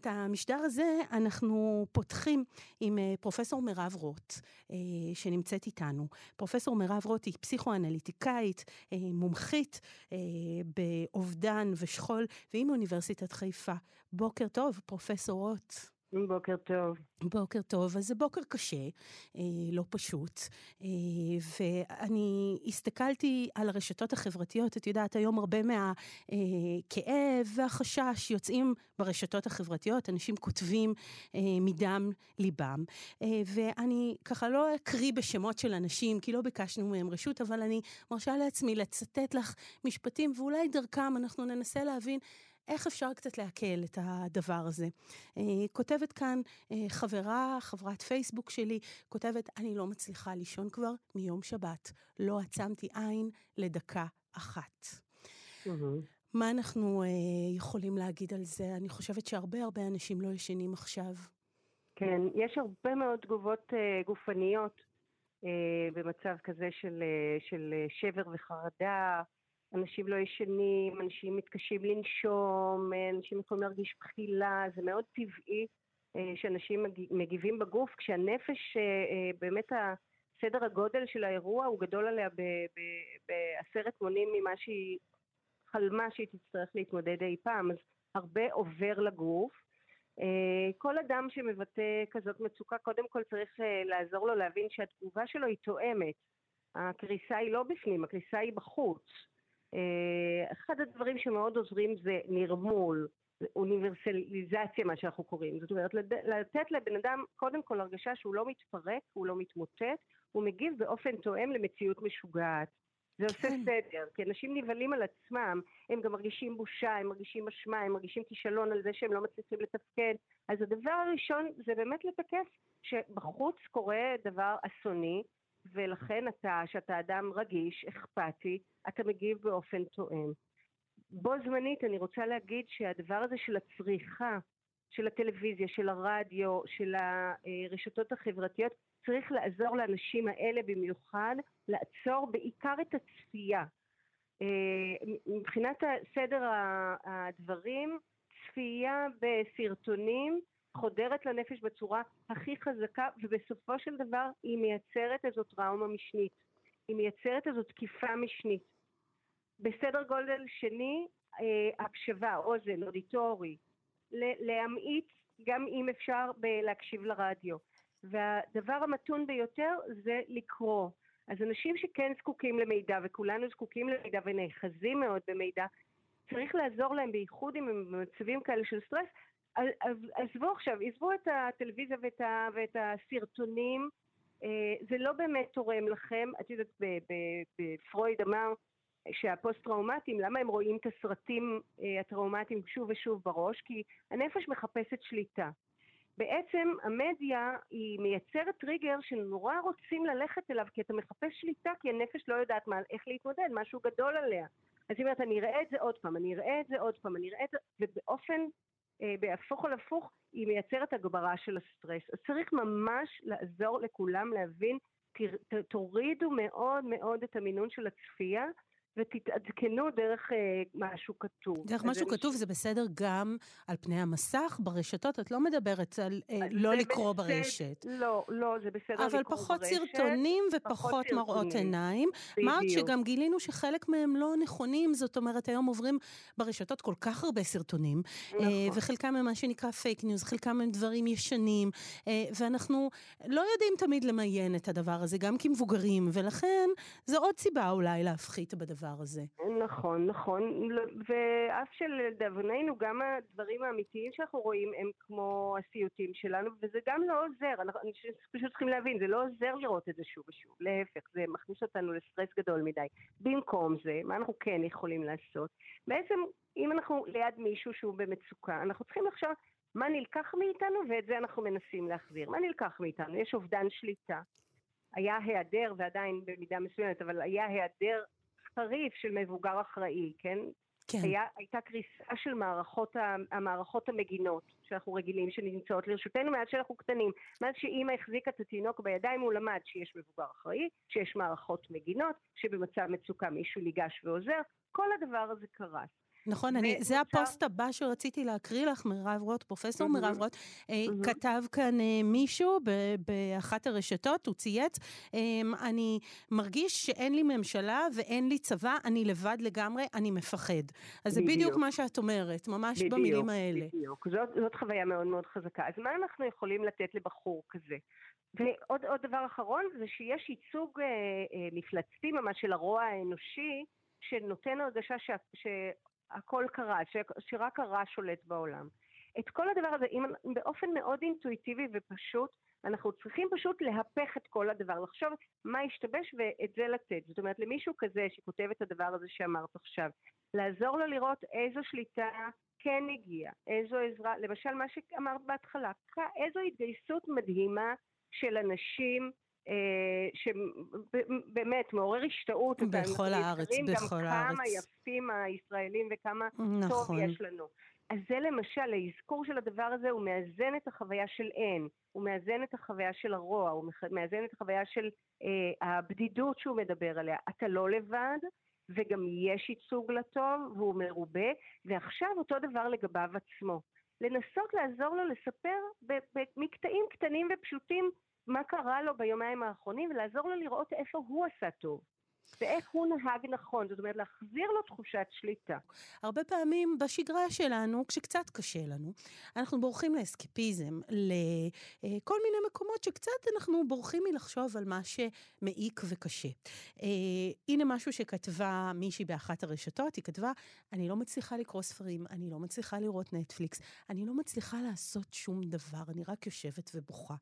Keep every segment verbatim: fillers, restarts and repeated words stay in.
את המשדר הזה אנחנו פותחים עם פרופסור מירב רוט, שנמצאת איתנו. פרופסור מירב רוט היא פסיכואנליטיקאית, מומחית באובדן ושכול, והיא מאוניברסיטת חיפה. בוקר טוב, פרופסור רוט. בוקר טוב. בוקר טוב, אז זה בוקר קשה, לא פשוט, ואני הסתכלתי על הרשתות החברתיות, את יודעת, היום הרבה מהכאב והחשש יוצאים ברשתות החברתיות, אנשים כותבים מדם ליבם, ואני ככה לא אקריא בשמות של אנשים, כי לא ביקשנו מהם רשות, אבל אני מרשה לעצמי לצטט לך משפטים, ואולי דרכם אנחנו ננסה להבין איך אפשר קצת להקל את הדבר הזה. כותבת כאן חברה, חברת פייסבוק שלי, כותבת, אני לא מצליחה לישון כבר מיום שבת. לא עצמתי עין לדקה אחת. מה אנחנו יכולים להגיד על זה? אני חושבת שהרבה הרבה אנשים לא ישנים עכשיו. כן, יש הרבה מאוד תגובות גופניות במצב כזה של, של שבר וחרדה, אנשים לא ישנים, אנשים מתקשים לנשום, אנשים יכולים להרגיש בחילה, זה מאוד טבעי שאנשים מגיבים בגוף, כשהנפש, באמת הסדר הגודל של האירוע הוא גדול עליה בעשרת מונים ממה שהיא חלמה שהיא תצטרך להתמודד אי פעם, אז הרבה עובר לגוף. כל אדם שמבטא כזאת מצוקה, קודם כל צריך לעזור לו להבין שהתגובה שלו היא תואמת. הקריסה היא לא בפנים, הקריסה היא בחוץ. אחד הדברים שמאוד עוזרים זה נרמול, אוניברסליזציה, מה שאנחנו קוראים. זאת אומרת, לתת לבן אדם קודם כל הרגשה שהוא לא מתפרק, הוא לא מתמוטט, הוא מגיב באופן תואם למציאות משוגעת. זה עושה סדר, כי אנשים נבלים על עצמם, הם גם מרגישים בושה, הם מרגישים אשמה, הם מרגישים כישלון על זה שהם לא מצליחים לתפקד. אז הדבר הראשון זה באמת לתקף שבחוץ קורה דבר אסוני, ולכן אתה, שאתה אדם רגיש, אכפתי, אתה מגיב באופן תואם. בו זמנית אני רוצה להגיד שהדבר הזה של הצריכה, של הטלוויזיה, של הרדיו, של הרשתות החברתיות, צריך לעזור לאנשים האלה במיוחד, לעצור בעיקר את הצפייה. מבחינת סדר הדברים, צפייה בסרטונים חודרת לנפש בצורה הכי חזקה, ובסופו של דבר היא מייצרת איזו טראומה משנית. היא מייצרת איזו תקיפה משנית. בסדר גודל שני, הקשבה, אוזן, אודיטורי, להמעיט גם אם אפשר להקשיב לרדיו. והדבר המתון ביותר זה לקרוא. אז אנשים שכן זקוקים למידע, וכולנו זקוקים למידע ונאחזים מאוד במידע, צריך לעזור להם בייחוד אם הם במצבים כאלה של סטרס. עזבו עכשיו, עזבו את הטלוויזיה ואת, ה, ואת הסרטונים, זה לא באמת תורם לכם. את יודעת, בפרויד אמר שהפוסט-טראומטיים, למה הם רואים את הסרטים הטראומטיים שוב ושוב בראש? כי הנפש מחפשת שליטה. בעצם המדיה היא מייצרת טריגר שנורא רוצים ללכת אליו, כי אתה מחפש שליטה, כי הנפש לא יודעת מה, איך להתמודד, משהו גדול עליה. אז היא אומרת, אני אראה את זה עוד פעם, אני אראה את זה עוד פעם, אני אראה את זה, ובאופן, אה, בהפוך על הפוך, היא מייצרת הגברה של הסטרס. אז צריך ממש לעזור לכולם להבין, ת, תורידו מאוד מאוד את המינון של הצפייה, ותתעדכנו דרך אה, משהו כתוב. דרך משהו כתוב, זה בסדר גם על פני המסך, ברשתות, את לא מדברת על אה, לא לקרוא בסדר, ברשת. לא, לא, זה בסדר לקרוא ברשת. אבל פחות סרטונים ופחות מראות עיניים. מה עוד שגם גילינו שחלק מהם לא נכונים, זאת אומרת, היום עוברים ברשתות כל כך הרבה סרטונים, נכון. אה, וחלקם הם מה שנקרא פייק ניוז, חלקם הם דברים ישנים, אה, ואנחנו לא יודעים תמיד למיין את הדבר הזה, גם כמבוגרים, ולכן זו עוד סיבה אולי להפחית בדבר. הזה. נכון, נכון, ואף שלדאבוננו גם הדברים האמיתיים שאנחנו רואים הם כמו הסיוטים שלנו, וזה גם לא עוזר, אנחנו פשוט צריכים להבין, זה לא עוזר לראות את זה שוב ושוב, להפך, זה מכניס אותנו לסטרס גדול מדי. במקום זה, מה אנחנו כן יכולים לעשות? בעצם, אם אנחנו ליד מישהו שהוא במצוקה, אנחנו צריכים לחשוב מה נלקח מאיתנו, ואת זה אנחנו מנסים להחזיר. מה נלקח מאיתנו? יש אובדן שליטה. היה היעדר, ועדיין במידה מסוימת, אבל היה היעדר חריף של מבוגר אחראי, כן? כן. היה, הייתה קריסה של מערכות, המערכות המגינות, שאנחנו רגילים, שנמצאות לרשותנו מאז שאנחנו קטנים. מאז שאמא החזיקה את התינוק בידיים, הוא למד שיש מבוגר אחראי, שיש מערכות מגינות, שבמצב מצוקה מישהו ניגש ועוזר, כל הדבר הזה קרס. נכון, אני, זה הפוסט הבא שרציתי להקריא לך, מירב רוט, פרופסור מירב רוט, כתב כאן מישהו באחת הרשתות, הוא צייץ, אני מרגיש שאין לי ממשלה ואין לי צבא, אני לבד לגמרי, אני מפחד. אז זה בדיוק מה שאת אומרת, ממש במילים האלה. בדיוק, זאת חוויה מאוד מאוד חזקה. אז מה אנחנו יכולים לתת לבחור כזה? ועוד עוד דבר אחרון, זה שיש ייצוג מפלצתי ממש של הרוע האנושי, שנותן הרגשה שהכל קרה, שרק הרע שולט בעולם. את כל הדבר הזה, באופן מאוד אינטואיטיבי ופשוט, אנחנו צריכים פשוט להפך את כל הדבר, לחשוב מה ישתבש ואת זה לתת. זאת אומרת, למישהו כזה שכותב את הדבר הזה שאמרת עכשיו, לעזור לו לראות איזו שליטה כן הגיעה, איזו עזרה, למשל מה שאמרת בהתחלה, איזו התגייסות מדהימה של אנשים, שבאמת מעורר השתאות. בכל הארץ, בכל הארץ. גם כמה יפים הישראלים וכמה טוב יש לנו. אז זה למשל, האזכור של הדבר הזה הוא מאזן את החוויה של אין, הוא מאזן את החוויה של הרוע, הוא מאזן את החוויה של הבדידות שהוא מדבר עליה. אתה לא לבד, וגם יש ייצוג לטוב, והוא מרובה, ועכשיו אותו דבר לגביו עצמו. לנסות לעזור לו לספר במקטעים קטנים ופשוטים מה קרה לו ביומיים האחרונים, ולעזור לו לראות איפה הוא עשה טוב. ואיך הוא נהג נכון, זאת אומרת להחזיר לו תחושת שליטה. הרבה פעמים בשגרה שלנו, כשקצת קשה לנו, אנחנו בורחים לאסקפיזם, לכל מיני מקומות שקצת אנחנו בורחים מלחשוב על מה שמעיק וקשה. הנה משהו שכתבה מישהי באחת הרשתות, היא כתבה, אני לא מצליחה לקרוא ספרים, אני לא מצליחה לראות נטפליקס, אני לא מצליחה לעשות שום דבר, אני רק יושבת ובוכה.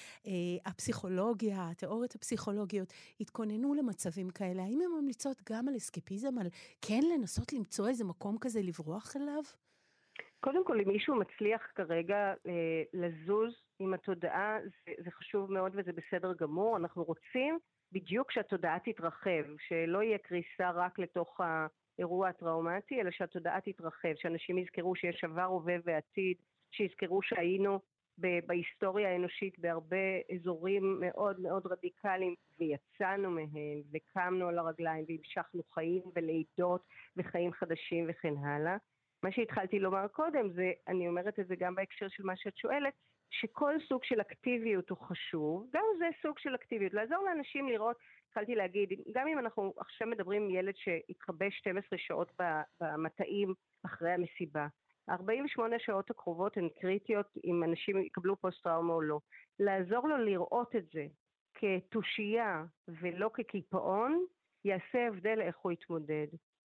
הפסיכולוגיה, התיאוריות הפסיכולוגיות, התכוננו למצבים כאלה. האם הן ממליצות גם על אסקפיזם, על כן לנסות למצוא איזה מקום כזה לברוח אליו? קודם כל, אם מישהו מצליח כרגע אה, לזוז עם התודעה, זה, זה חשוב מאוד וזה בסדר גמור. אנחנו רוצים בדיוק שהתודעה תתרחב, שלא יהיה קריסה רק לתוך האירוע הטראומטי, אלא שהתודעה תתרחב, שאנשים יזכרו שיש עבר, הווה ועתיד, שיזכרו שהיינו בהיסטוריה האנושית בהרבה אזורים מאוד מאוד רדיקליים, ויצאנו מהם וקמנו על הרגליים והמשכנו חיים ולידות וחיים חדשים וכן הלאה. מה שהתחלתי לומר קודם, זה, אני אומרת את זה גם בהקשר של מה שאת שואלת, שכל סוג של אקטיביות הוא חשוב, גם זה סוג של אקטיביות, לעזור לאנשים לראות, התחלתי להגיד, גם אם אנחנו עכשיו מדברים עם ילד שהתחבא שתים עשרה שעות במטעים אחרי המסיבה, ארבעים ושמונה שעות הקרובות הן קריטיות אם אנשים יקבלו פוסט-טראומה או לא. לעזור לו לראות את זה כתושייה ולא כקיפאון, יעשה הבדל איך הוא יתמודד.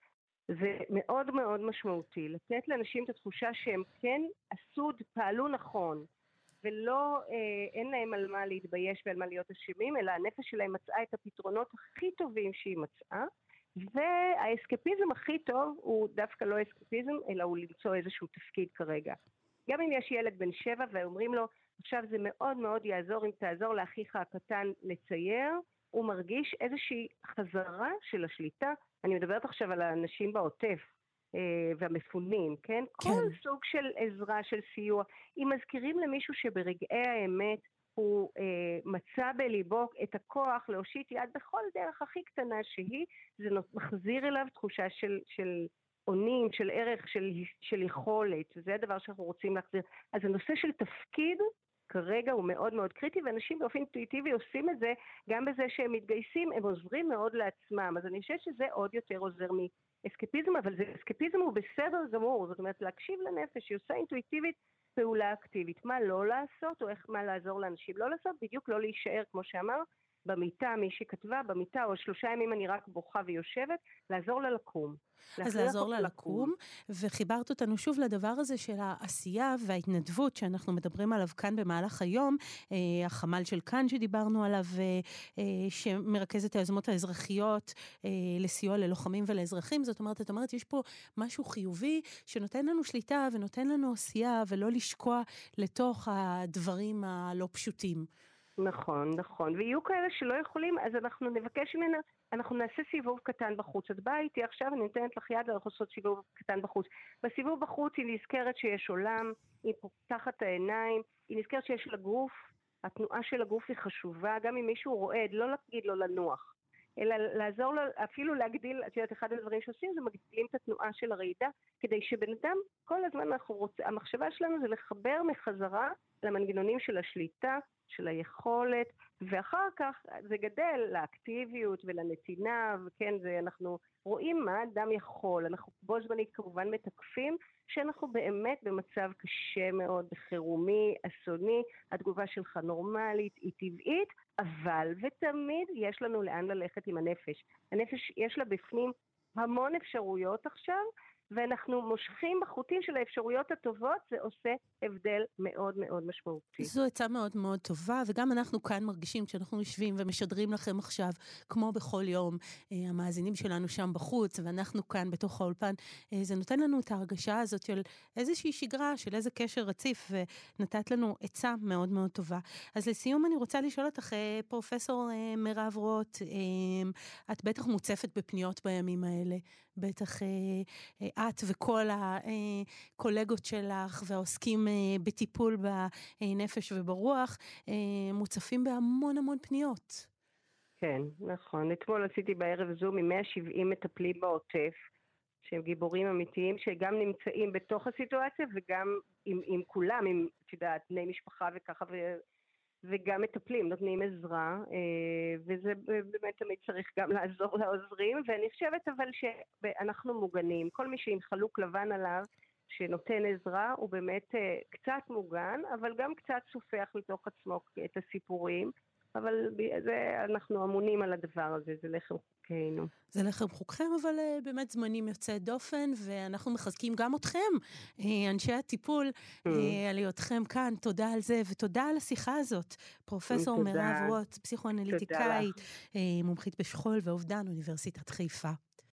זה מאוד מאוד משמעותי, לתת לאנשים את התחושה שהם כן עשו, פעלו נכון, ולא, אה, אין להם על מה להתבייש ועל מה להיות אשמים, אלא הנפש שלהם מצאה את הפתרונות הכי טובים שהיא מצאה, והאסקפיזם הכי טוב הוא דווקא לא אסקפיזם, אלא הוא למצוא איזשהו תפקיד כרגע. גם אם יש ילד בן שבע ואומרים לו, עכשיו זה מאוד מאוד יעזור אם תעזור לאחיך הקטן לצייר, הוא מרגיש איזושהי חזרה של השליטה. אני מדברת עכשיו על האנשים בעוטף אה, והמפונים, כן? כן? כל סוג של עזרה, של סיוע. אם מזכירים למישהו שברגעי האמת, הוא אה, מצא בליבו את הכוח להושיט יד בכל דרך הכי קטנה שהיא, זה מחזיר אליו תחושה של, של עונים, של ערך, של, של יכולת, וזה הדבר שאנחנו רוצים להחזיר. אז הנושא של תפקיד כרגע הוא מאוד מאוד קריטי, ואנשים באופן אינטואיטיבי עושים את זה, גם בזה שהם מתגייסים, הם עוזרים מאוד לעצמם, אז אני חושבת שזה עוד יותר עוזר מאסקפיזם, אבל זה, אסקפיזם הוא בסדר גמור, זאת אומרת להקשיב לנפש, היא עושה אינטואיטיבית, פעולה אקטיבית, מה לא לעשות או איך מה לעזור לאנשים לא לעשות, בדיוק לא להישאר כמו שאמר, במיטה, מי שכתבה, במיטה או שלושה ימים אני רק בוכה ויושבת, לעזור לה לקום. אז לעזור לה לקום, וחיברת אותנו שוב לדבר הזה של העשייה וההתנדבות שאנחנו מדברים עליו כאן במהלך היום, אה, החמ"ל של כאן שדיברנו עליו, אה, שמרכז את היוזמות האזרחיות אה, לסיוע ללוחמים ולאזרחים, זאת אומרת, את אומרת, יש פה משהו חיובי שנותן לנו שליטה ונותן לנו עשייה, ולא לשקוע לתוך הדברים הלא פשוטים. נכון, נכון. ויהיו כאלה שלא יכולים, אז אנחנו נבקש ממנה, אנחנו נעשה סיבוב קטן בחוץ. את באה איתי עכשיו, אני נותנת לך יד, אנחנו עושות סיבוב קטן בחוץ. בסיבוב בחוץ היא נזכרת שיש עולם, היא פותחת העיניים, היא נזכרת שיש לה גוף, התנועה של הגוף היא חשובה, גם אם מישהו רועד, לא להגיד לו לנוח. אלא לעזור לו, אפילו להגדיל, את יודעת, אחד הדברים שעושים זה מגדילים את התנועה של הרעידה, כדי שבן אדם, כל הזמן אנחנו רוצים, המחשבה שלנו זה לחבר מחזרה למנגנונים של השליטה, של היכולת, ואחר כך זה גדל לאקטיביות ולנתינה, וכן, זה, אנחנו רואים מה אדם יכול, אנחנו בו זמנית כמובן מתקפים, שאנחנו באמת במצב קשה מאוד, חירומי, אסוני, התגובה שלך נורמלית, היא טבעית, אבל ותמיד יש לנו לאן ללכת עם הנפש. הנפש יש לה בפנים המון אפשרויות עכשיו, ואנחנו מושכים בחוטים של האפשרויות הטובות, זה עושה הבדל מאוד מאוד משמעותי. זו עצה מאוד מאוד טובה, וגם אנחנו כאן מרגישים כשאנחנו יושבים ומשדרים לכם עכשיו, כמו בכל יום, המאזינים שלנו שם בחוץ, ואנחנו כאן בתוך האולפן, זה נותן לנו את ההרגשה הזאת של איזושהי שגרה, של איזה קשר רציף, ונתת לנו עצה מאוד מאוד טובה. אז לסיום אני רוצה לשאול אותך, פרופסור מירב רוט, את בטח מוצפת בפניות בימים האלה, בטח את וכל הקולגות שלך והעוסקים בטיפול בנפש וברוח, מוצפים בהמון המון פניות. כן, נכון. אתמול עשיתי בערב זום עם מאה ושבעים מטפלים בעוטף, שהם גיבורים אמיתיים, שגם נמצאים בתוך הסיטואציה וגם עם, עם כולם, עם, את יודעת, בני משפחה וככה, ו, וגם מטפלים, נותנים עזרה, וזה באמת תמיד צריך גם לעזור לעוזרים, ואני חושבת אבל שאנחנו מוגנים. כל מי שעם חלוק לבן עליו, שנותן עזרה, הוא באמת קצת מוגן, אבל גם קצת סופח לתוך עצמו את הסיפורים, אבל זה, אנחנו אמונים על הדבר הזה, זה לחם חוקנו. זה לחם חוקכם, אבל uh, באמת זמנים יוצא דופן, ואנחנו מחזקים גם אתכם, uh, אנשי הטיפול, uh, על היותכם כאן. תודה על זה, ותודה על השיחה הזאת. פרופסור מירב רוט, פסיכואנליטיקאית, uh, מומחית בשכול ואובדן, אוניברסיטת חיפה.